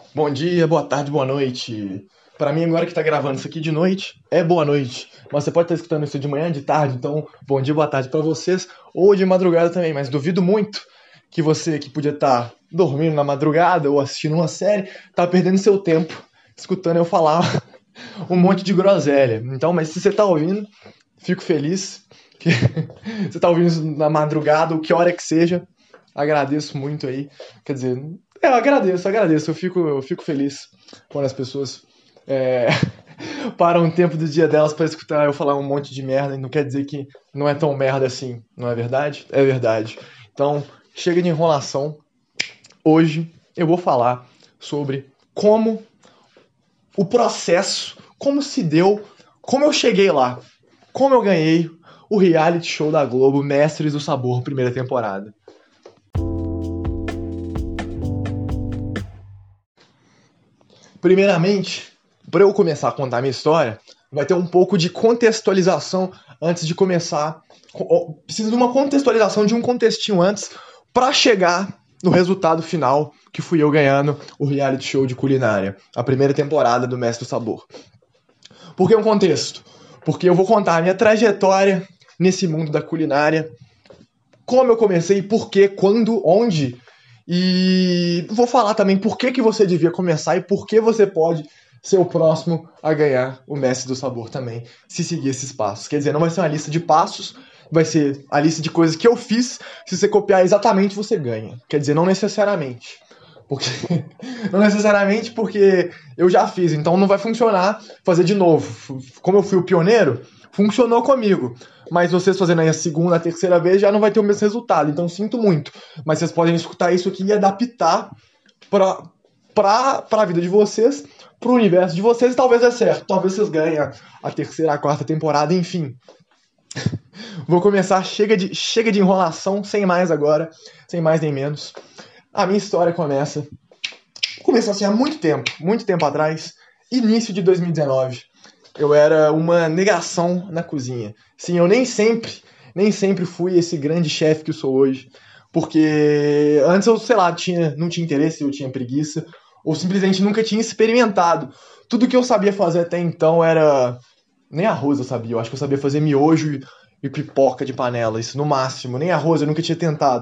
Bom dia, boa tarde, boa noite. Pra mim, agora que tá gravando isso aqui de noite, é boa noite. Mas você pode estar escutando isso de manhã, de tarde, então bom dia, boa tarde pra vocês, ou de madrugada também. Mas duvido muito que você que podia estar dormindo na madrugada ou assistindo uma série, tá perdendo seu tempo escutando eu falar um monte de groselha. Então, mas se você tá ouvindo, fico feliz que você tá ouvindo isso na madrugada, ou que hora que seja. Agradeço muito aí. Quer dizer, eu agradeço. Eu fico feliz quando as pessoas é, param um tempo do dia delas pra escutar eu falar um monte de merda. E não quer dizer que não é tão merda assim, não é verdade? É verdade. Então, chega de enrolação. Hoje eu vou falar sobre como o processo, como se deu, como eu cheguei lá, como eu ganhei o reality show da Globo Mestres do Sabor, primeira temporada. Primeiramente, para eu começar a contar a minha história, vai ter um pouco de contextualização antes de começar. Precisa de uma contextualização, de um contextinho antes, para chegar no resultado final, que fui eu ganhando o reality show de culinária, a primeira temporada do Mestre do Sabor. Por que um contexto? Porque eu vou contar a minha trajetória nesse mundo da culinária, como eu comecei, por quê, quando, onde. E vou falar também por que você devia começar e por que você pode ser o próximo a ganhar o Mestre do Sabor também, se seguir esses passos. Quer dizer, não vai ser uma lista de passos, vai ser a lista de coisas que eu fiz. Se você copiar exatamente, você ganha. Quer dizer, não necessariamente. Porque não necessariamente porque eu já fiz, então não vai funcionar fazer de novo. Como eu fui o pioneiro, funcionou comigo. Mas vocês fazendo aí a segunda, a terceira vez já não vai ter o mesmo resultado. Então sinto muito. Mas vocês podem escutar isso aqui e adaptar pra a vida de vocês, pro universo de vocês, e talvez dê certo. Talvez vocês ganhem a terceira, a quarta temporada, enfim. Vou começar, chega de enrolação, sem mais agora, sem mais nem menos. A minha história começou assim há muito tempo atrás, início de 2019. Eu era uma negação na cozinha. Sim, eu nem sempre fui esse grande chefe que eu sou hoje. Porque antes eu, sei lá, não tinha interesse, eu tinha preguiça, ou simplesmente nunca tinha experimentado. Tudo que eu sabia fazer até então era. Nem arroz eu sabia, eu acho que eu sabia fazer miojo e pipoca de panela, isso no máximo. Nem arroz eu nunca tinha tentado.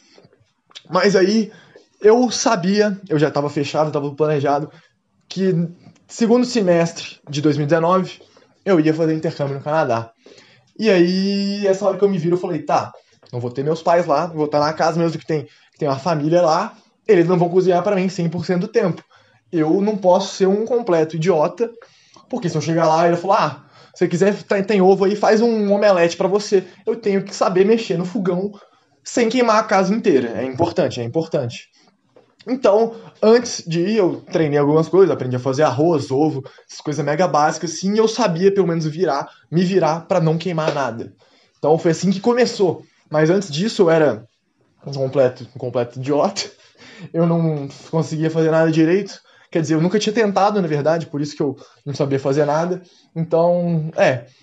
Mas aí eu sabia, eu já estava fechado, estava planejado, que segundo semestre de 2019 eu ia fazer intercâmbio no Canadá. E aí, essa hora que eu me viro, eu falei, tá, não vou ter meus pais lá, vou estar na casa mesmo que tem uma família lá, eles não vão cozinhar pra mim 100% do tempo. Eu não posso ser um completo idiota, porque se eu chegar lá e ele falar, se você quiser, tem ovo aí, faz um omelete pra você. Eu tenho que saber mexer no fogão sem queimar a casa inteira. É importante, é importante. Então, antes de ir, eu treinei algumas coisas, aprendi a fazer arroz, ovo, essas coisas mega básicas, assim, e eu sabia pelo menos me virar pra não queimar nada. Então foi assim que começou. Mas antes disso eu era um completo idiota. Eu não conseguia fazer nada direito. Quer dizer, eu nunca tinha tentado, na verdade, por isso que eu não sabia fazer nada. Então,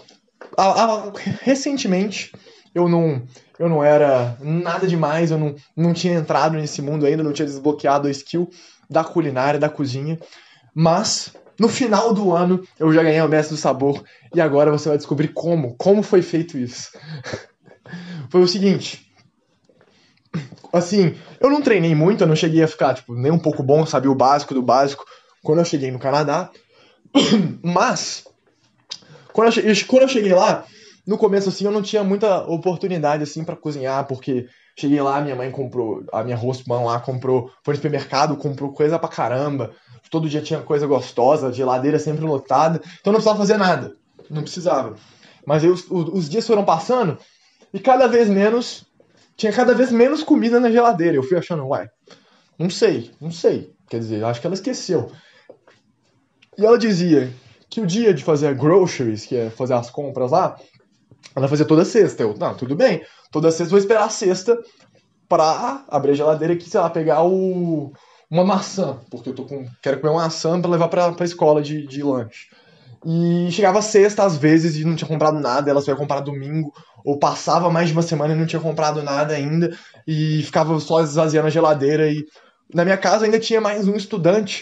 recentemente eu não era nada demais, eu não tinha entrado nesse mundo ainda, não tinha desbloqueado a skill da culinária, da cozinha. Mas no final do ano eu já ganhei o Mestre do Sabor e agora você vai descobrir como foi feito isso. Foi o seguinte, assim, eu não treinei muito, eu não cheguei a ficar tipo, nem um pouco bom, sabia o básico do básico quando eu cheguei no Canadá, mas quando eu cheguei lá, no começo, assim, eu não tinha muita oportunidade, assim, pra cozinhar, porque cheguei lá, minha mãe comprou, a minha hostman lá comprou, foi no supermercado, comprou coisa pra caramba, todo dia tinha coisa gostosa, geladeira sempre lotada, então não precisava fazer nada, não precisava. Mas aí os dias foram passando, e tinha cada vez menos comida na geladeira, eu fui achando, uai, não sei, quer dizer, acho que ela esqueceu. E ela dizia que o dia de fazer groceries, que é fazer as compras lá, ela fazia toda sexta. Eu, não, tudo bem. Toda sexta eu vou esperar a sexta pra abrir a geladeira aqui, sei lá, pegar uma maçã. Porque quero comer uma maçã pra levar pra escola de lanche. E chegava sexta, às vezes, e não tinha comprado nada. Ela só ia comprar domingo. Ou passava mais de uma semana e não tinha comprado nada ainda. E ficava só esvaziando a geladeira. E na minha casa ainda tinha mais um estudante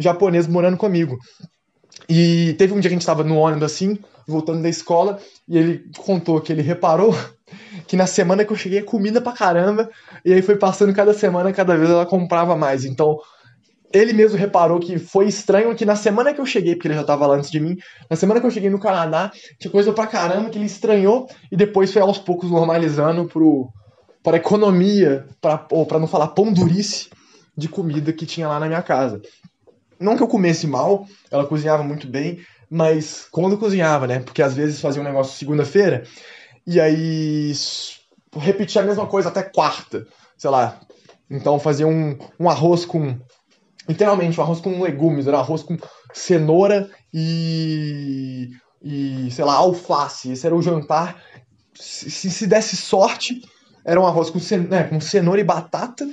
japonês morando comigo. E teve um dia que a gente tava no ônibus assim, voltando da escola, e ele contou que ele reparou que na semana que eu cheguei comida pra caramba, e aí foi passando cada semana, cada vez ela comprava mais. Então, ele mesmo reparou que foi estranho que na semana que eu cheguei, porque ele já tava lá antes de mim, na semana que eu cheguei no Canadá, tinha coisa pra caramba que ele estranhou, e depois foi aos poucos normalizando pra economia, ou pra não falar pão durice, de comida que tinha lá na minha casa. Não que eu comesse mal, ela cozinhava muito bem, mas quando cozinhava, né? Porque às vezes fazia um negócio segunda-feira, e aí repetia a mesma coisa até quarta, sei lá. Então fazia um arroz com, literalmente, um arroz com legumes, era um arroz com cenoura e sei lá, alface. Esse era o jantar. Se desse sorte, era um arroz com cenoura e batata.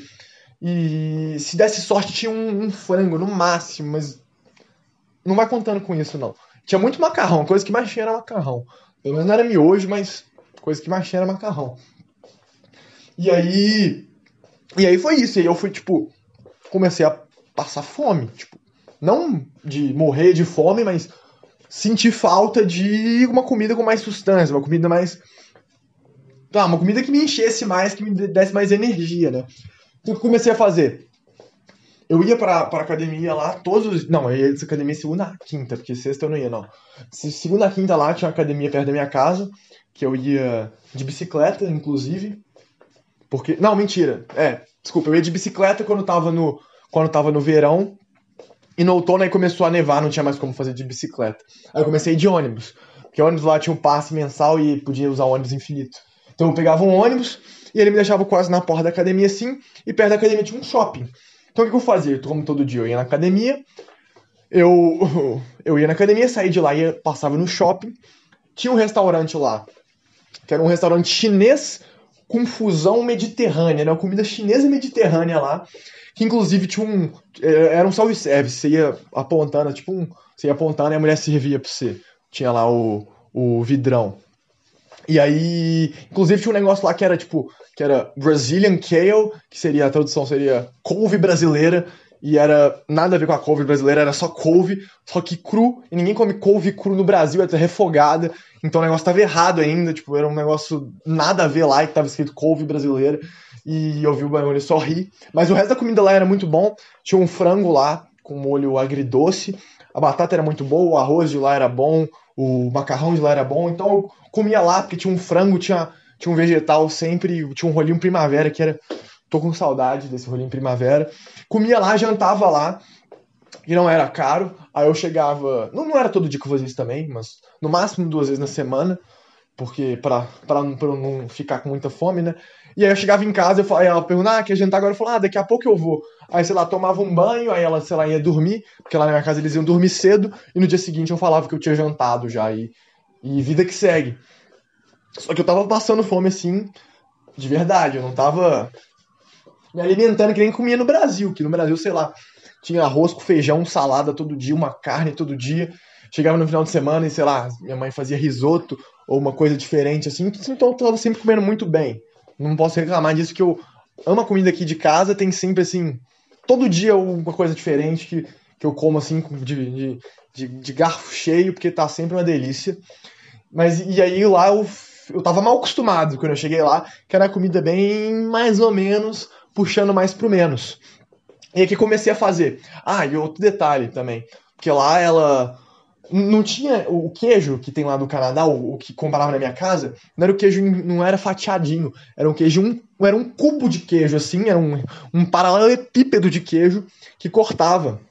E se desse sorte, tinha um frango no máximo, mas não vai contando com isso, não. Tinha muito macarrão, coisa que mais tinha era macarrão. Pelo menos não era miojo, mas coisa que mais tinha era macarrão. E aí foi isso. E aí eu fui, tipo, comecei a passar fome. Tipo, não de morrer de fome, mas sentir falta de uma comida com mais substância, uma comida mais. Uma comida que me enchesse mais, que me desse mais energia, né? Então o que eu comecei a fazer? Eu ia pra academia lá Não, eu ia de academia segunda a quinta, porque sexta eu não ia, não. Segunda a quinta lá tinha uma academia perto da minha casa, que eu ia de bicicleta, inclusive. Porque. Não, mentira. Desculpa, eu ia de bicicleta quando tava no verão. E no outono aí começou a nevar, não tinha mais como fazer de bicicleta. Aí eu comecei a ir de ônibus. Porque o ônibus lá tinha um passe mensal e podia usar o ônibus infinito. Então eu pegava um ônibus e ele me deixava quase na porta da academia assim. E perto da academia tinha um shopping. Então o que eu fazia? Como todo dia eu ia na academia. Eu ia na academia, saía de lá e passava no shopping. Tinha um restaurante lá, que era um restaurante chinês com fusão mediterrânea, né? Uma comida chinesa e mediterrânea lá. Que inclusive tinha era um self-service, você ia apontando, você ia apontando e a mulher servia pra você. Tinha lá o vidrão. E aí, inclusive tinha um negócio lá que era Brazilian Kale, que a tradução seria couve brasileira, e era nada a ver com a couve brasileira, era só couve, só que cru, e ninguém come couve cru no Brasil, era refogada, então o negócio tava errado ainda, era um negócio nada a ver lá, que tava escrito couve brasileira, e eu vi o barulho e só ri. Mas o resto da comida lá era muito bom, tinha um frango lá, com molho agridoce, a batata era muito boa, o arroz de lá era bom, o macarrão de lá era bom, então eu comia lá, porque tinha um frango, tinha um vegetal sempre, tinha um rolinho primavera, que era... Tô com saudade desse rolinho primavera. Comia lá, jantava lá, e não era caro. Aí eu chegava... Não era todo dia que eu fazia isso também, mas no máximo 2 vezes na semana, porque pra eu não ficar com muita fome, né? E aí eu chegava em casa, aí ela perguntava, quer jantar agora? Eu falava, daqui a pouco eu vou. Aí, sei lá, tomava um banho, aí ela, sei lá, ia dormir, porque lá na minha casa eles iam dormir cedo, e no dia seguinte eu falava que eu tinha jantado já, e vida que segue. Só que eu tava passando fome, assim, de verdade, eu não tava me alimentando que nem comia no Brasil, que no Brasil, sei lá, tinha arroz com feijão, salada todo dia, uma carne todo dia. Chegava no final de semana e, sei lá, minha mãe fazia risoto ou uma coisa diferente, assim, então eu tava sempre comendo muito bem. Não posso reclamar disso, que eu amo a comida aqui de casa, tem sempre, assim, todo dia uma coisa diferente que eu como, assim, de garfo cheio, porque tá sempre uma delícia. Mas, e aí lá eu tava mal acostumado quando eu cheguei lá, que era comida bem mais ou menos, puxando mais pro menos. E aí que comecei a fazer. E outro detalhe também, porque lá ela não tinha o queijo que tem lá do Canadá, o que comprava na minha casa, não era o queijo, não era fatiadinho, era um queijo, era um cubo de queijo, assim, era um paralelepípedo de queijo que cortava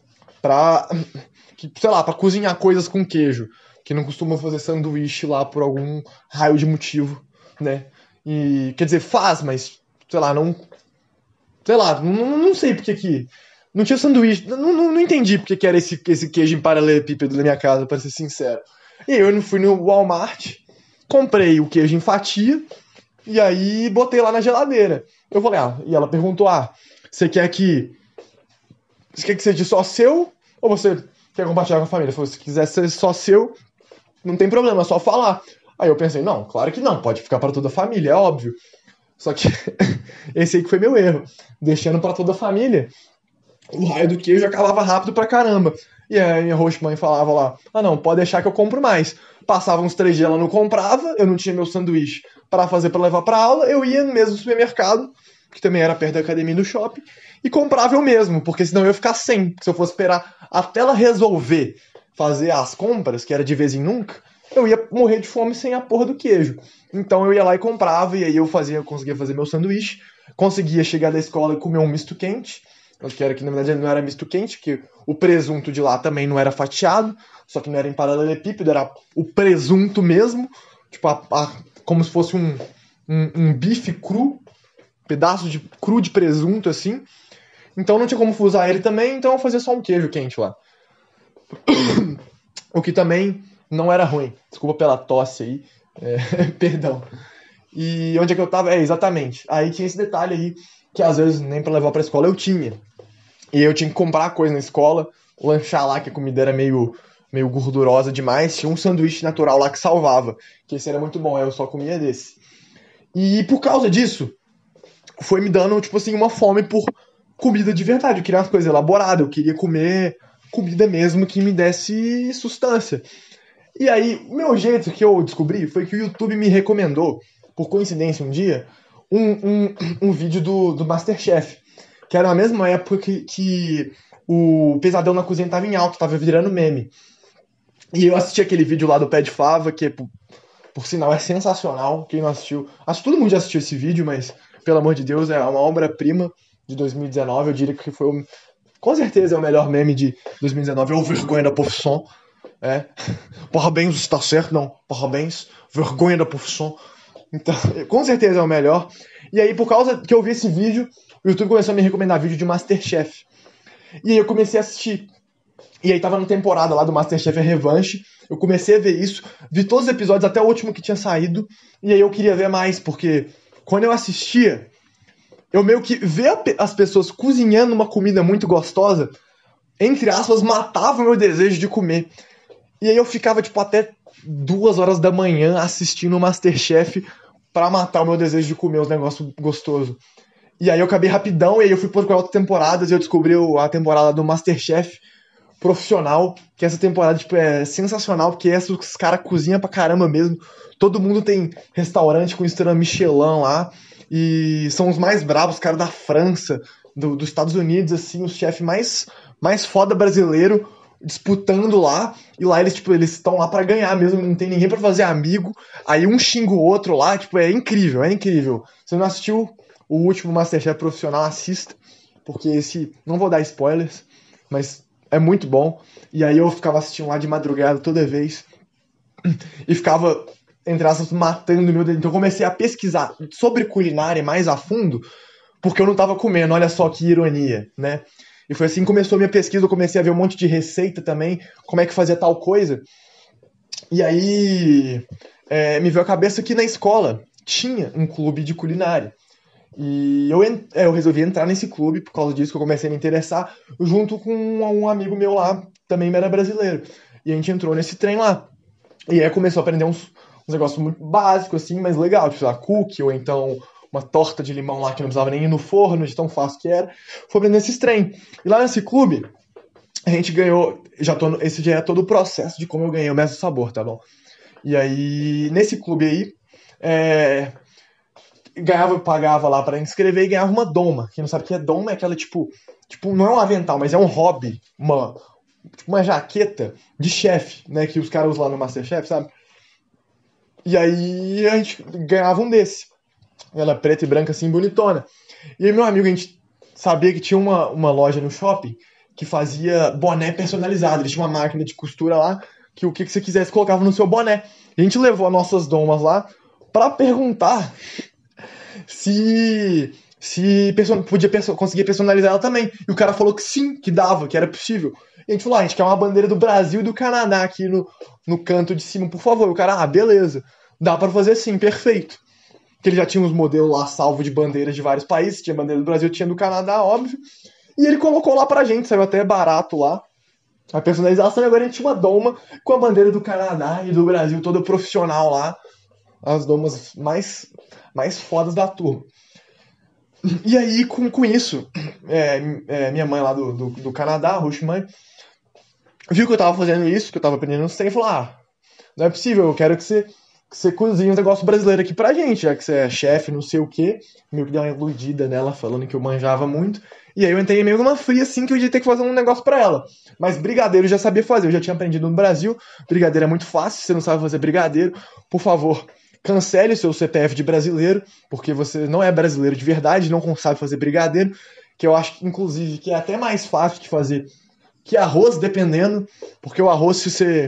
pra cozinhar coisas com queijo, que não costuma fazer sanduíche lá por algum raio de motivo, né? E, quer dizer, faz, mas, sei lá, não sei porque que não tinha sanduíche, não entendi porque que era esse queijo em paralelepípedo da minha casa, pra ser sincero. E eu fui no Walmart, comprei o queijo em fatia, e aí botei lá na geladeira. Eu falei, e ela perguntou, você quer que seja só seu, ou você quer compartilhar com a família? Eu falei, se quiser ser só seu, não tem problema, é só falar. Aí eu pensei, não, claro que não, pode ficar para toda a família, é óbvio. Só que esse aí que foi meu erro, deixando para toda a família. o raio do queijo acabava rápido pra caramba. E aí a minha hostmãe falava lá, ah não, pode deixar que eu compro mais. Passava uns 3 dias, ela não comprava, eu não tinha meu sanduíche para fazer para levar pra aula, eu ia no mesmo supermercado, que também era perto da academia e do shopping, e comprava eu mesmo, porque senão eu ia ficar sem. Se eu fosse esperar até ela resolver fazer as compras, que era de vez em nunca, eu ia morrer de fome sem a porra do queijo. Então eu ia lá e comprava, e aí eu conseguia fazer meu sanduíche, conseguia chegar da escola e comer um misto quente, que era que na verdade não era misto quente, que o presunto de lá também não era fatiado, só que não era em paralelepípedo, era o presunto mesmo, tipo como se fosse um bife cru, pedaço de cru de presunto assim. Então não tinha como usar ele também, então eu fazia só um queijo quente lá. O que também não era ruim. Desculpa pela tosse aí. Perdão. E onde é que eu tava? Exatamente. Aí tinha esse detalhe aí, que às vezes nem pra levar pra escola eu tinha. E eu tinha que comprar coisa na escola, lanchar lá, que a comida era meio gordurosa demais. Tinha um sanduíche natural lá que salvava, que esse era muito bom, eu só comia desse. E por causa disso, foi me dando, tipo assim, uma fome por comida de verdade. Eu queria umas coisas elaboradas, eu queria comer comida mesmo que me desse sustância. E aí, o meu jeito que eu descobri foi que o YouTube me recomendou, por coincidência um dia, um vídeo do MasterChef, que era na mesma época que o Pesadelo na Cozinha tava em alta, tava virando meme. E eu assisti aquele vídeo lá do Pé de Fava, que por sinal é sensacional, quem não assistiu, acho que todo mundo já assistiu esse vídeo, mas pelo amor de Deus, é uma obra-prima de 2019, eu diria que foi com certeza é o melhor meme de 2019, é o Vergonha da Profissão. Parabéns, está certo? Não, parabéns, vergonha da profissão. Então, com certeza é o melhor. E aí, por causa que eu vi esse vídeo, o YouTube começou a me recomendar vídeo de Masterchef. E aí eu comecei a assistir. E aí tava na temporada lá do Masterchef A Revanche. Eu comecei a ver isso, vi todos os episódios, até o último que tinha saído. E aí eu queria ver mais, porque quando eu assistia, eu meio que ver as pessoas cozinhando uma comida muito gostosa, entre aspas, matava o meu desejo de comer. E aí eu ficava, tipo, até 2 horas da manhã assistindo o Masterchef pra matar o meu desejo de comer os negócios gostosos. E aí eu acabei rapidão, e aí eu fui procurar outras temporadas, e eu descobri a temporada do Masterchef profissional, que essa temporada, tipo, é sensacional, porque os caras cozinham pra caramba mesmo. Todo mundo tem restaurante com estrela Michelin lá, e são os mais bravos, os caras da França, dos Estados Unidos, assim, os chefes mais foda brasileiro, disputando lá, e lá eles estão lá pra ganhar mesmo, não tem ninguém pra fazer amigo, aí um xinga o outro lá, tipo, é incrível, é incrível. Você não assistiu o último Masterchef profissional, assista, porque esse, não vou dar spoilers, mas é muito bom, e aí eu ficava assistindo lá de madrugada toda vez, e ficava, entre aspas, matando meu dedo, então eu comecei a pesquisar sobre culinária mais a fundo, porque eu não tava comendo, olha só que ironia, né? E foi assim que começou a minha pesquisa, eu comecei a ver um monte de receita também, como é que fazia tal coisa. E aí me veio a cabeça que na escola tinha um clube de culinária. E eu resolvi entrar nesse clube, por causa disso que eu comecei a me interessar, junto com um amigo meu lá, também era brasileiro. E a gente entrou nesse trem lá. E aí começou a aprender uns negócios muito básicos, assim, mas legal, tipo, cookie, ou então uma torta de limão lá que não precisava nem ir no forno, de tão fácil que era. Foi aprendendo esses trem. E lá nesse clube, a gente ganhou. Esse já é todo o processo de como eu ganhei o Mestre do Sabor, tá bom? E aí, nesse clube aí, pagava lá pra inscrever e ganhava uma doma. Quem não sabe o que é doma é aquela tipo, não é um avental, mas é um hobby, uma jaqueta de chefe, né, que os caras usam lá no Masterchef, sabe? E aí a gente ganhava um desse. Ela preta e branca assim, bonitona. E aí meu amigo, a gente sabia que tinha uma loja no shopping que fazia boné personalizado. Eles tinham uma máquina de costura lá que o que você quisesse colocava no seu boné. E a gente levou as nossas domas lá pra perguntar se conseguia personalizar ela também. E o cara falou que sim, que dava, que era possível. E a gente falou, a gente quer uma bandeira do Brasil e do Canadá aqui no canto de cima, por favor. E o cara, beleza, dá pra fazer sim, perfeito. Que ele já tinha uns modelos lá salvo de bandeiras de vários países, tinha bandeira do Brasil, tinha do Canadá, óbvio. E ele colocou lá pra gente, saiu até barato lá. A personalização, e agora a gente tinha uma doma com a bandeira do Canadá e do Brasil toda profissional lá. As domas mais fodas da turma. E aí, com isso, minha mãe lá do Canadá, a Rushmãe, viu que eu tava fazendo isso, que eu tava aprendendo os trem, e falou: ah, não é possível, eu quero que você cozinhe um negócio brasileiro aqui pra gente, já que você é chefe, não sei o quê. Meio que deu uma iludida nela, falando que eu manjava muito. E aí eu entrei meio numa fria, assim, que eu ia ter que fazer um negócio pra ela. Mas brigadeiro eu já sabia fazer, eu já tinha aprendido no Brasil. Brigadeiro é muito fácil, se você não sabe fazer brigadeiro, por favor, cancele o seu CPF de brasileiro, porque você não é brasileiro de verdade, não sabe fazer brigadeiro, que eu acho, inclusive, que é até mais fácil de fazer que arroz, dependendo, porque o arroz,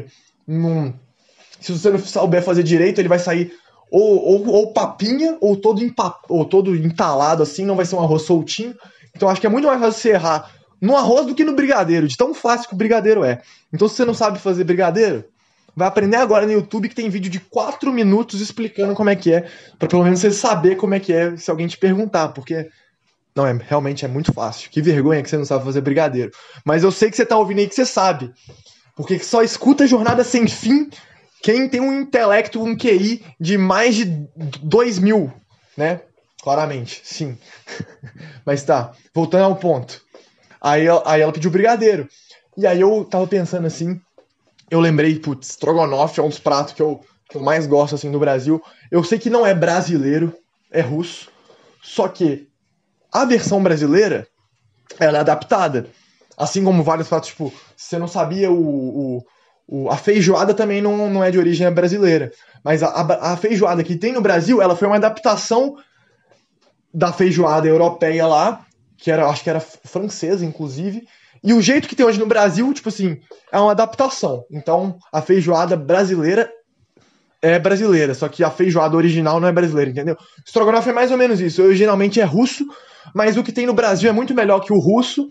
se você não souber fazer direito, ele vai sair ou papinha, ou todo entalado assim, não vai ser um arroz soltinho. Então acho que é muito mais fácil você errar no arroz do que no brigadeiro, de tão fácil que o brigadeiro é. Então se você não sabe fazer brigadeiro, vai aprender agora no YouTube, que tem vídeo de 4 minutos explicando como é que é, pra pelo menos você saber como é que é se alguém te perguntar, porque não, realmente é muito fácil. Que vergonha que você não sabe fazer brigadeiro. Mas eu sei que você tá ouvindo aí que você sabe. Porque só escuta Jornada Sem Fim quem tem um intelecto, um QI de mais de 2.000, né? Claramente, sim. Mas tá, voltando ao ponto. Aí ela pediu brigadeiro. E aí eu tava pensando assim, eu lembrei, putz, estrogonofe é um dos pratos que eu mais gosto assim no Brasil. Eu sei que não é brasileiro, é russo. Só que a versão brasileira, ela é adaptada. Assim como vários pratos, tipo, se você não sabia, a feijoada também não é de origem brasileira. Mas a feijoada que tem no Brasil, ela foi uma adaptação da feijoada europeia lá, acho que era francesa, inclusive. E o jeito que tem hoje no Brasil, tipo assim, é uma adaptação. Então, a feijoada brasileira é brasileira, só que a feijoada original não é brasileira, entendeu? Estrogonofe é mais ou menos isso. Originalmente é russo, mas o que tem no Brasil é muito melhor que o russo.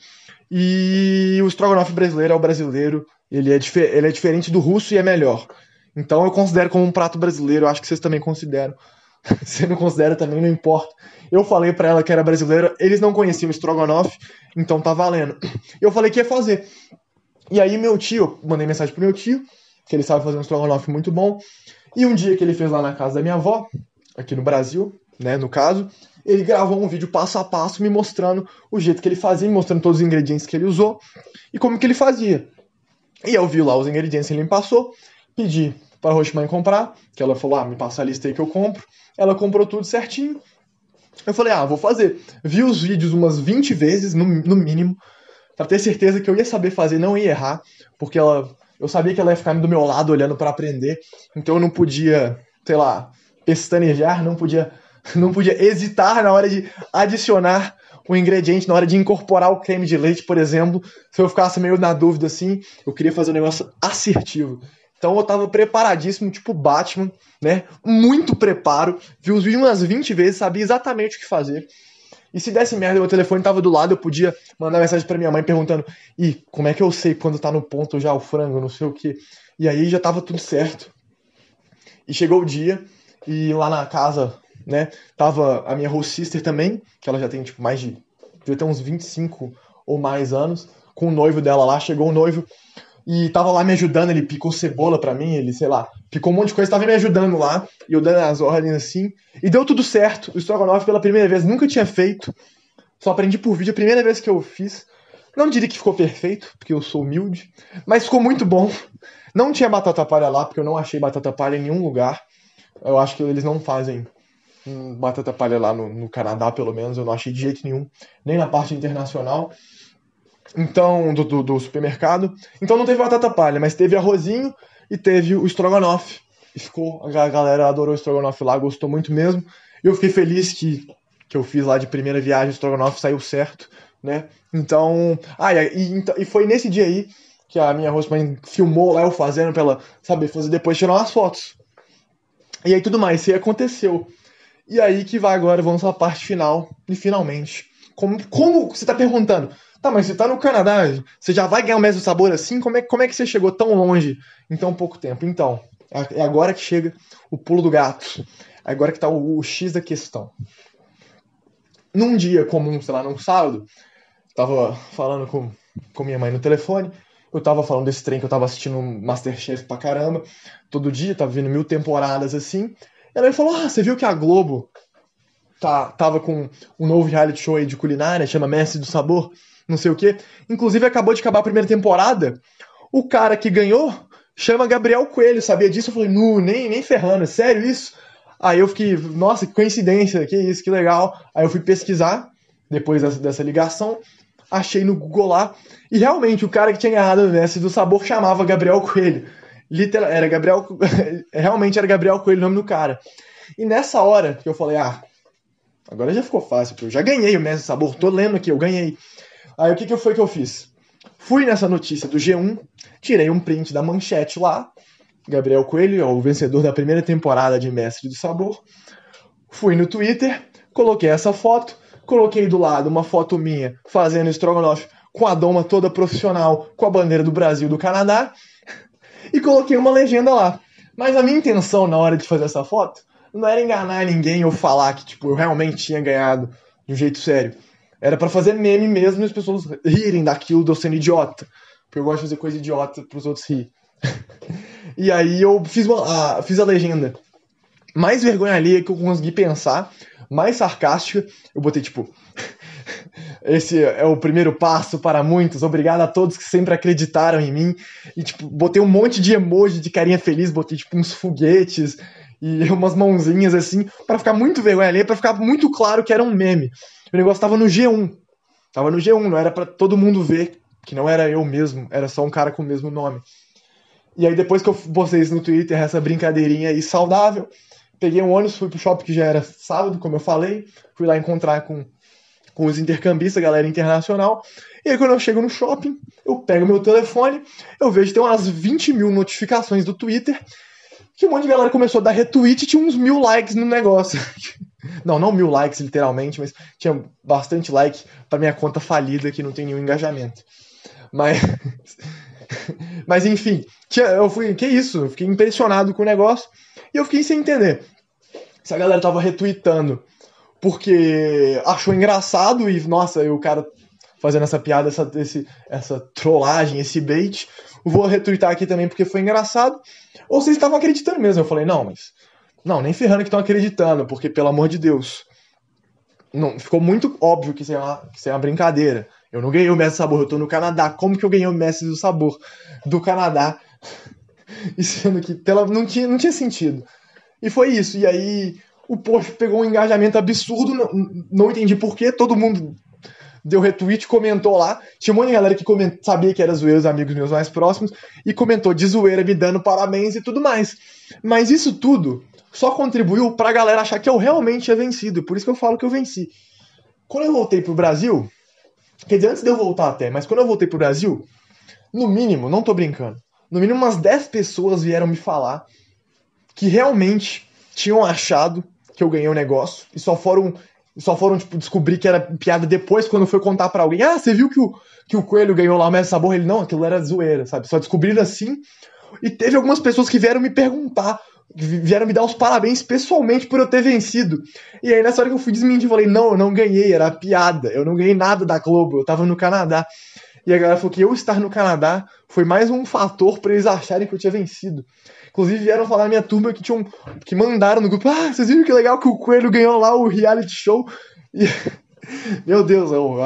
E o estrogonofe brasileiro é o brasileiro. Ele é diferente do russo e é melhor. Então eu considero como um prato brasileiro. Eu acho que vocês também consideram. Se não considera também, não importa. Eu falei pra ela que era brasileira. Eles não conheciam o estrogonofe, então tá valendo. Eu falei que ia fazer. E aí meu tio, mandei mensagem pro meu tio, que ele sabe fazer um estrogonofe muito bom. E um dia que ele fez lá na casa da minha avó, aqui no Brasil, né, no caso, ele gravou um vídeo passo a passo me mostrando o jeito que ele fazia, me mostrando todos os ingredientes que ele usou e como que ele fazia. E eu vi lá os ingredientes que ele me passou, pedi para a Roxmãe comprar, que ela falou, me passa a lista aí que eu compro. Ela comprou tudo certinho. Eu falei, vou fazer. Vi os vídeos umas 20 vezes, no mínimo, para ter certeza que eu ia saber fazer, não ia errar, porque eu sabia que ela ia ficar do meu lado olhando para aprender, então eu não podia, sei lá, pestanejar, não podia hesitar na hora de adicionar o ingrediente, na hora de incorporar o creme de leite, por exemplo. Se eu ficasse meio na dúvida assim, eu queria fazer um negócio assertivo. Então eu tava preparadíssimo, tipo Batman, né? Muito preparo. Vi os vídeos umas 20 vezes, sabia exatamente o que fazer. E se desse merda, meu telefone tava do lado, eu podia mandar mensagem pra minha mãe perguntando: como é que eu sei quando tá no ponto já o frango, não sei o que. E aí já tava tudo certo. E chegou o dia, e lá na casa, né, tava a minha host sister também, que ela já tem, tipo, devia ter uns 25 ou mais anos, com o noivo dela lá. Chegou o noivo e tava lá me ajudando, ele picou cebola pra mim, ele, sei lá, picou um monte de coisa, tava me ajudando lá, e eu dando as ordens assim, e deu tudo certo. O estrogonofe pela primeira vez, nunca tinha feito, só aprendi por vídeo, a primeira vez que eu fiz. Não diria que ficou perfeito, porque eu sou humilde, mas ficou muito bom. Não tinha batata palha lá, porque eu não achei batata palha em nenhum lugar. Eu acho que eles não fazem batata palha lá no Canadá, pelo menos, eu não achei de jeito nenhum, nem na parte internacional. Então, do supermercado. Então não teve batata palha, mas teve arrozinho e teve o estrogonofe. E a galera adorou o estrogonofe lá, gostou muito mesmo. E eu fiquei feliz que eu fiz lá de primeira viagem, o estrogonofe saiu certo, né? Então, e foi nesse dia aí que a minha hostmãe filmou lá eu fazendo pra ela saber fazer depois, tirar umas fotos. E aí tudo mais, isso aí aconteceu. E aí que vai agora, vamos à parte final, e finalmente. Como você tá perguntando? Tá, mas você tá no Canadá, você já vai ganhar o mesmo sabor assim? Como é que você chegou tão longe em tão pouco tempo? Então, é agora que chega o pulo do gato. É agora que tá o X da questão. Num dia comum, sei lá, num sábado, tava falando com minha mãe no telefone, eu tava falando desse trem que eu tava assistindo Masterchef pra caramba, todo dia, tava vendo 1000 temporadas assim. Ela me falou, você viu que a Globo tava com um novo reality show aí de culinária, chama Mestre do Sabor, não sei o quê. Inclusive, acabou de acabar a primeira temporada. O cara que ganhou chama Gabriel Coelho, sabia disso? Eu falei, nem ferrando, sério isso? Aí eu fiquei, nossa, que coincidência, que isso, que legal. Aí eu fui pesquisar, depois dessa ligação, achei no Google lá, e realmente o cara que tinha ganhado o Mestre do Sabor chamava Gabriel Coelho. Era Gabriel, realmente era Gabriel Coelho o nome do cara. E nessa hora que eu falei, agora já ficou fácil, porque eu já ganhei o Mestre do Sabor, tô lendo aqui, eu ganhei. Aí o que foi que eu fiz? Fui nessa notícia do G1, tirei um print da manchete lá, Gabriel Coelho, o vencedor da primeira temporada de Mestre do Sabor. Fui no Twitter, coloquei essa foto, coloquei do lado uma foto minha fazendo estrogonofe com a doma toda profissional, com a bandeira do Brasil e do Canadá, e coloquei uma legenda lá. Mas a minha intenção na hora de fazer essa foto não era enganar ninguém ou falar que tipo, eu realmente tinha ganhado de um jeito sério. Era pra fazer meme mesmo e as pessoas rirem daquilo de eu sendo idiota. Porque eu gosto de fazer coisa idiota pros outros rir. E aí eu fiz a legenda mais vergonha alheia que eu consegui pensar, mais sarcástica. Eu botei tipo... Esse é o primeiro passo para muitos. Obrigado a todos que sempre acreditaram em mim. E tipo, botei um monte de emoji de carinha feliz. Botei tipo uns foguetes e umas mãozinhas assim, pra ficar muito vergonha alheia, pra ficar muito claro que era um meme. O negócio tava no G1. Tava no G1, não era pra todo mundo ver que não era eu mesmo, era só um cara com o mesmo nome. E aí depois que eu postei isso no Twitter, essa brincadeirinha aí saudável, peguei um ônibus, fui pro shopping que já era sábado, como eu falei, fui lá encontrar com os intercambistas, galera internacional. E aí quando eu chego no shopping, eu pego meu telefone, eu vejo que tem umas 20 mil notificações do Twitter, que um monte de galera começou a dar retweet e tinha uns 1000 likes no negócio. Não 1000 likes literalmente, mas tinha bastante like pra minha conta falida que não tem nenhum engajamento. Mas enfim, que isso? Eu fiquei impressionado com o negócio e eu fiquei sem entender se a galera tava retweetando porque achou engraçado e, nossa, o cara fazendo essa piada, essa trollagem, esse bait, vou retweetar aqui também porque foi engraçado, ou vocês estavam acreditando mesmo. Eu falei, não, nem ferrando que estão acreditando, porque, pelo amor de Deus, não, ficou muito óbvio que isso é uma brincadeira. Eu não ganhei o Mestre do Sabor, eu tô no Canadá. Como que eu ganhei o Mestre do Sabor do Canadá? E sendo que não tinha sentido. E foi isso. E aí o post pegou um engajamento absurdo. Não entendi porquê. Todo mundo deu retweet, comentou lá. Tinha um monte de galera que sabia que era zoeira, os amigos meus mais próximos, e comentou de zoeira, me dando parabéns e tudo mais. Mas isso tudo só contribuiu pra galera achar que eu realmente tinha vencido. Por isso que eu falo que eu venci. Quando eu voltei pro Brasil, quer dizer, antes de eu voltar até, mas quando eu voltei pro Brasil, no mínimo, não tô brincando, no mínimo umas 10 pessoas vieram me falar que realmente tinham achado que eu ganhei o negócio e só foram tipo, descobrir que era piada depois, quando foi contar pra alguém. Você viu que o Coelho ganhou lá o Mestre Sabor? Ele, não, aquilo era zoeira, sabe? Só descobriram assim. E teve algumas pessoas que vieram me perguntar, vieram me dar os parabéns pessoalmente por eu ter vencido. E aí nessa hora que eu fui desmentir, eu falei, não, eu não ganhei, era piada. Eu não ganhei nada da Globo, eu tava no Canadá. E a galera falou que eu estar no Canadá foi mais um fator pra eles acharem que eu tinha vencido. Inclusive vieram falar na minha turma que mandaram no grupo, vocês viram que legal que o Coelho ganhou lá o reality show? E, meu Deus, eu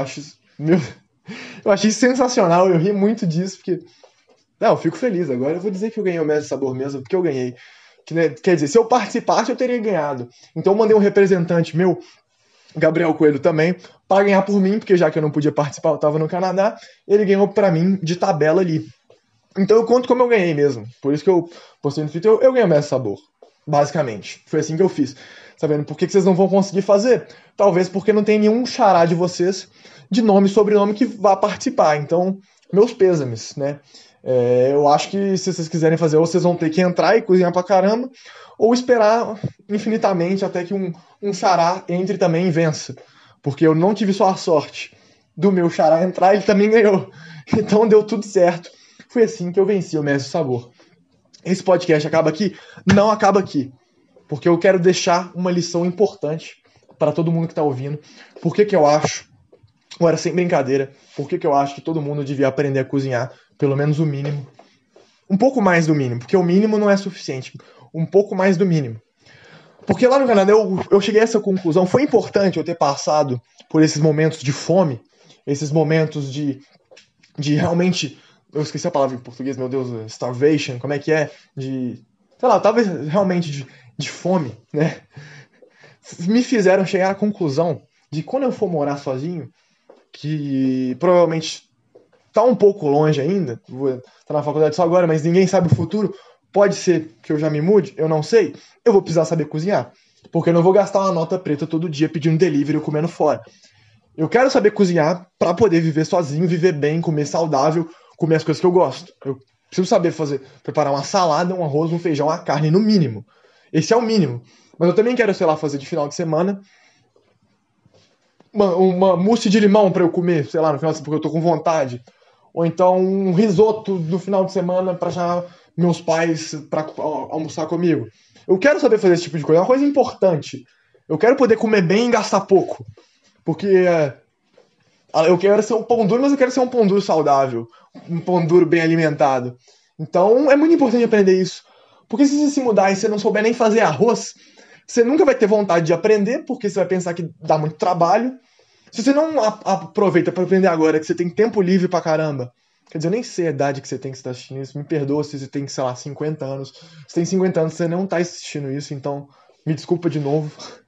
achei sensacional, eu ri muito disso, porque eu fico feliz. Agora eu vou dizer que eu ganhei o Mestre Sabor mesmo, porque eu ganhei. Quer dizer, se eu participasse, eu teria ganhado. Então eu mandei um representante meu, Gabriel Coelho também, para ganhar por mim, porque já que eu não podia participar, eu tava no Canadá, ele ganhou pra mim de tabela ali. Então eu conto como eu ganhei mesmo. Por isso que eu postei no Twitter, eu ganhei o Mestre Sabor. Basicamente. Foi assim que eu fiz. Sabendo por que vocês não vão conseguir fazer? Talvez porque não tem nenhum xará de vocês de nome e sobrenome que vá participar. Então, meus pêsames, né? Eu acho que se vocês quiserem fazer, ou vocês vão ter que entrar e cozinhar pra caramba, ou esperar infinitamente até que um xará entre também e vença. Porque eu não tive só a sorte do meu xará entrar, ele também ganhou. Então deu tudo certo. Foi assim que eu venci o Mestre do Sabor. Esse podcast acaba aqui? Não acaba aqui. Porque eu quero deixar uma lição importante para todo mundo que está ouvindo. Por que eu acho, agora sem brincadeira, por que eu acho que todo mundo devia aprender a cozinhar, pelo menos o mínimo. Um pouco mais do mínimo, porque o mínimo não é suficiente. Um pouco mais do mínimo. Porque lá no Canadá eu cheguei a essa conclusão. Foi importante eu ter passado por esses momentos de fome, esses momentos de realmente. Eu esqueci a palavra em português, meu Deus, starvation, como é que é? Sei lá, talvez realmente de fome, né? Me fizeram chegar à conclusão de quando eu for morar sozinho, que provavelmente tá um pouco longe ainda, vou estar na faculdade só agora, mas ninguém sabe o futuro, pode ser que eu já me mude, eu não sei, eu vou precisar saber cozinhar, porque eu não vou gastar uma nota preta todo dia pedindo delivery ou comendo fora. Eu quero saber cozinhar para poder viver sozinho, viver bem, comer saudável, comer as coisas que eu gosto. Eu preciso saber preparar uma salada, um arroz, um feijão, uma carne, no mínimo. Esse é o mínimo. Mas eu também quero, sei lá, fazer de final de semana uma mousse de limão para eu comer, sei lá, no final de semana, porque eu tô com vontade. Ou então um risoto no final de semana para chamar meus pais para almoçar comigo. Eu quero saber fazer esse tipo de coisa, é uma coisa importante. Eu quero poder comer bem e gastar pouco. Porque eu quero ser um pão duro, mas eu quero ser um pão duro saudável. Um pão duro bem alimentado. Então é muito importante aprender isso. Porque se você se mudar e você não souber nem fazer arroz, você nunca vai ter vontade de aprender, porque você vai pensar que dá muito trabalho. Se você não aproveita para aprender agora, que você tem tempo livre pra caramba. Quer dizer, eu nem sei a idade que você tem que estar assistindo isso. Me perdoa se você tem, sei lá, 50 anos. Você tem 50 anos, você não tá assistindo isso, então me desculpa de novo.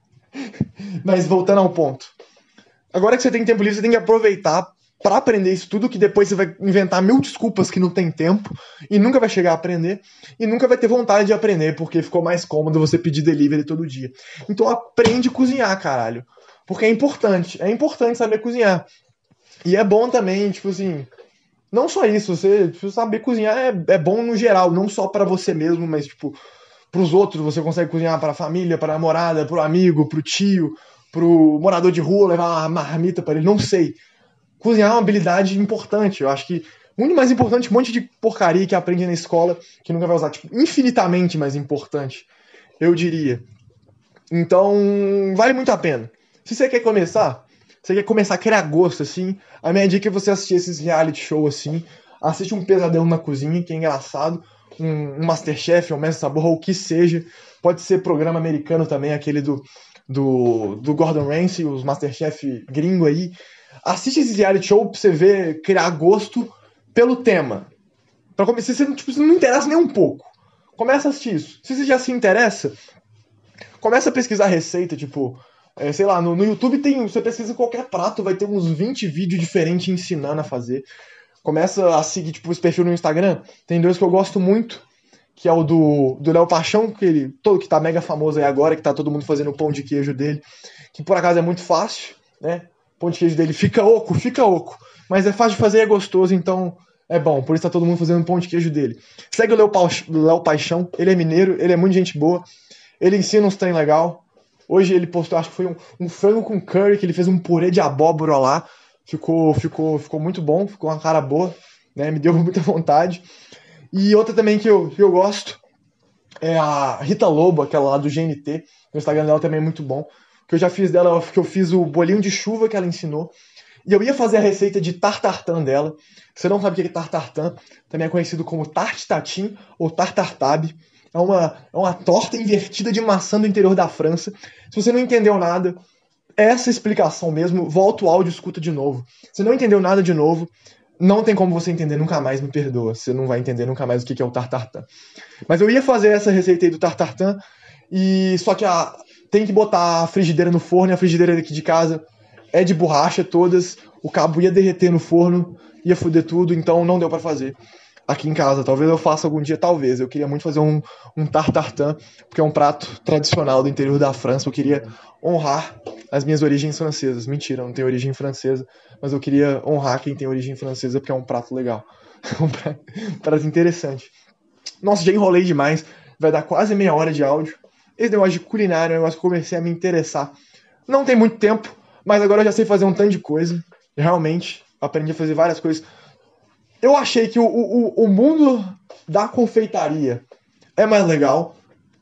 Mas voltando ao ponto. Agora que você tem tempo livre, você tem que aproveitar para aprender isso tudo, que depois você vai inventar mil desculpas que não tem tempo e nunca vai chegar a aprender e nunca vai ter vontade de aprender porque ficou mais cômodo você pedir delivery todo dia. Então aprende a cozinhar, caralho. Porque é importante saber cozinhar. E é bom também, tipo assim, não só isso, você saber cozinhar é bom no geral, não só para você mesmo, mas tipo, pros outros, você consegue cozinhar para a família, para a namorada, pro amigo, pro tio, pro morador de rua, levar uma marmita para ele, não sei. Cozinhar é uma habilidade importante, eu acho que muito mais importante, um monte de porcaria que aprende na escola, que nunca vai usar, tipo, infinitamente mais importante, eu diria. Então, vale muito a pena. Se você quer começar a criar gosto, assim, a minha dica é você assistir esses reality show, assim, assiste um Pesadelo na Cozinha, que é engraçado, um Masterchef, um Mestre Sabor, ou o que seja, pode ser programa americano também, aquele do Gordon Ramsay, os Masterchef gringo aí. Assiste esse reality show pra você ver, criar gosto pelo tema. Pra começar, você não interessa nem um pouco. Começa a assistir isso. Se você já se interessa, começa a pesquisar receita, tipo, sei lá, no YouTube você pesquisa qualquer prato, vai ter uns 20 vídeos diferentes ensinando a fazer. Começa a seguir, tipo, esse perfil no Instagram. Tem dois que eu gosto muito, que é o do Léo Paixão, que tá mega famoso aí agora, que tá todo mundo fazendo o pão de queijo dele, que por acaso é muito fácil, né? O pão de queijo dele fica oco, mas é fácil de fazer e é gostoso, então é bom, por isso tá todo mundo fazendo o pão de queijo dele. Segue o Léo Paixão, ele é mineiro, ele é muito gente boa, ele ensina uns trem legal. Hoje ele postou, acho que foi um frango com curry, que ele fez um purê de abóbora lá, ficou muito bom, ficou uma cara boa, né? Me deu muita vontade. E outra também que eu gosto é a Rita Lobo, aquela lá do GNT. O Instagram dela também é muito bom. O que eu já fiz dela, que eu fiz o bolinho de chuva que ela ensinou. E eu ia fazer a receita de tartartan dela. Se você não sabe o que é tartartan, também é conhecido como tarte tatin ou tartartabe. É uma torta invertida de maçã do interior da França. Se você não entendeu nada, essa explicação mesmo, volta o áudio e escuta de novo. Se não entendeu nada de novo, não tem como você entender nunca mais, me perdoa. Você não vai entender nunca mais o que é o tartartan. Mas eu ia fazer essa receita aí do tartartan, só que tem que botar a frigideira no forno, e a frigideira aqui de casa é de borracha todas, o cabo ia derreter no forno, ia foder tudo, então não deu pra fazer aqui em casa. Talvez eu faça algum dia, talvez. Eu queria muito fazer um tartartan, porque é um prato tradicional do interior da França. Eu queria honrar as minhas origens francesas. Mentira, eu não tenho origem francesa, mas eu queria honrar quem tem origem francesa, porque é um prato legal. Um prato interessante. Nossa, já enrolei demais. Vai dar quase meia hora de áudio. Esse negócio de culinária é um negócio que eu comecei a me interessar. Não tem muito tempo, mas agora eu já sei fazer um tanto de coisa. Realmente, aprendi a fazer várias coisas. Eu achei que o mundo da confeitaria é mais legal.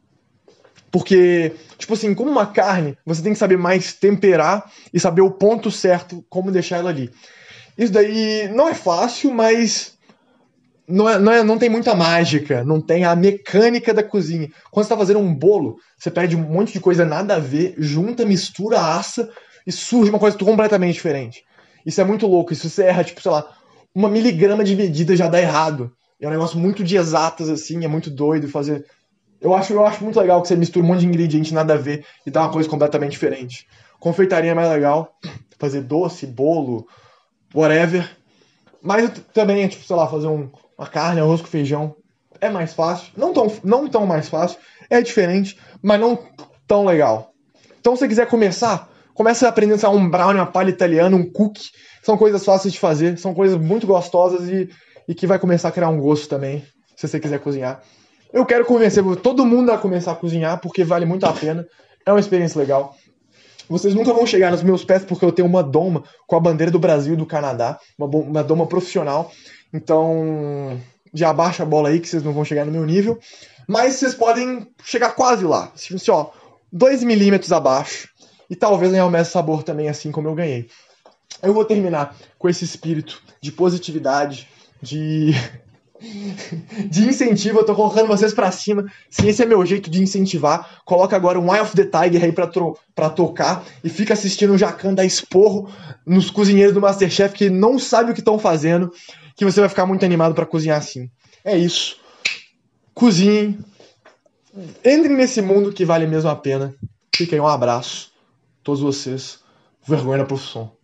Porque, tipo assim, como uma carne, você tem que saber mais temperar e saber o ponto certo, como deixar ela ali. Isso daí não é fácil, mas não tem muita mágica, não tem a mecânica da cozinha. Quando você tá fazendo um bolo, você pede um monte de coisa nada a ver, junta, mistura, assa e surge uma coisa completamente diferente. Isso é muito louco. Isso você erra, tipo, sei lá, 1 miligrama de medida já dá errado. É um negócio muito de exatas, assim, é muito doido fazer. Eu acho muito legal que você mistura um monte de ingrediente nada a ver e dá uma coisa completamente diferente. Confeitaria é mais legal, fazer doce, bolo, whatever. Mas também, tipo, sei lá, fazer uma carne, arroz com feijão é mais fácil. Não tão mais fácil, é diferente, mas não tão legal. Então, se você quiser começar, começa aprendendo, sei lá, um brownie, uma palha italiana, um cookie. São coisas fáceis de fazer, são coisas muito gostosas e que vai começar a criar um gosto também, se você quiser cozinhar. Eu quero convencer todo mundo a começar a cozinhar, porque vale muito a pena. É uma experiência legal. Vocês nunca vão chegar nos meus pés porque eu tenho uma doma com a bandeira do Brasil e do Canadá, uma doma profissional. Então, já abaixa a bola aí que vocês não vão chegar no meu nível. Mas vocês podem chegar quase lá. Assim, ó, 2 milímetros abaixo. E talvez ganhar o mestre sabor também, assim como eu ganhei. Eu vou terminar com esse espírito de positividade, de incentivo. Eu tô colocando vocês pra cima. Se esse é meu jeito de incentivar, coloca agora um Eye of the Tiger aí pra tocar e fica assistindo o Jacan dar esporro nos cozinheiros do Masterchef que não sabe o que estão fazendo, que você vai ficar muito animado pra cozinhar assim. É isso. Cozinhem. Entrem nesse mundo que vale mesmo a pena. Fiquem, um abraço. Todos vocês. Vergonha na profissão.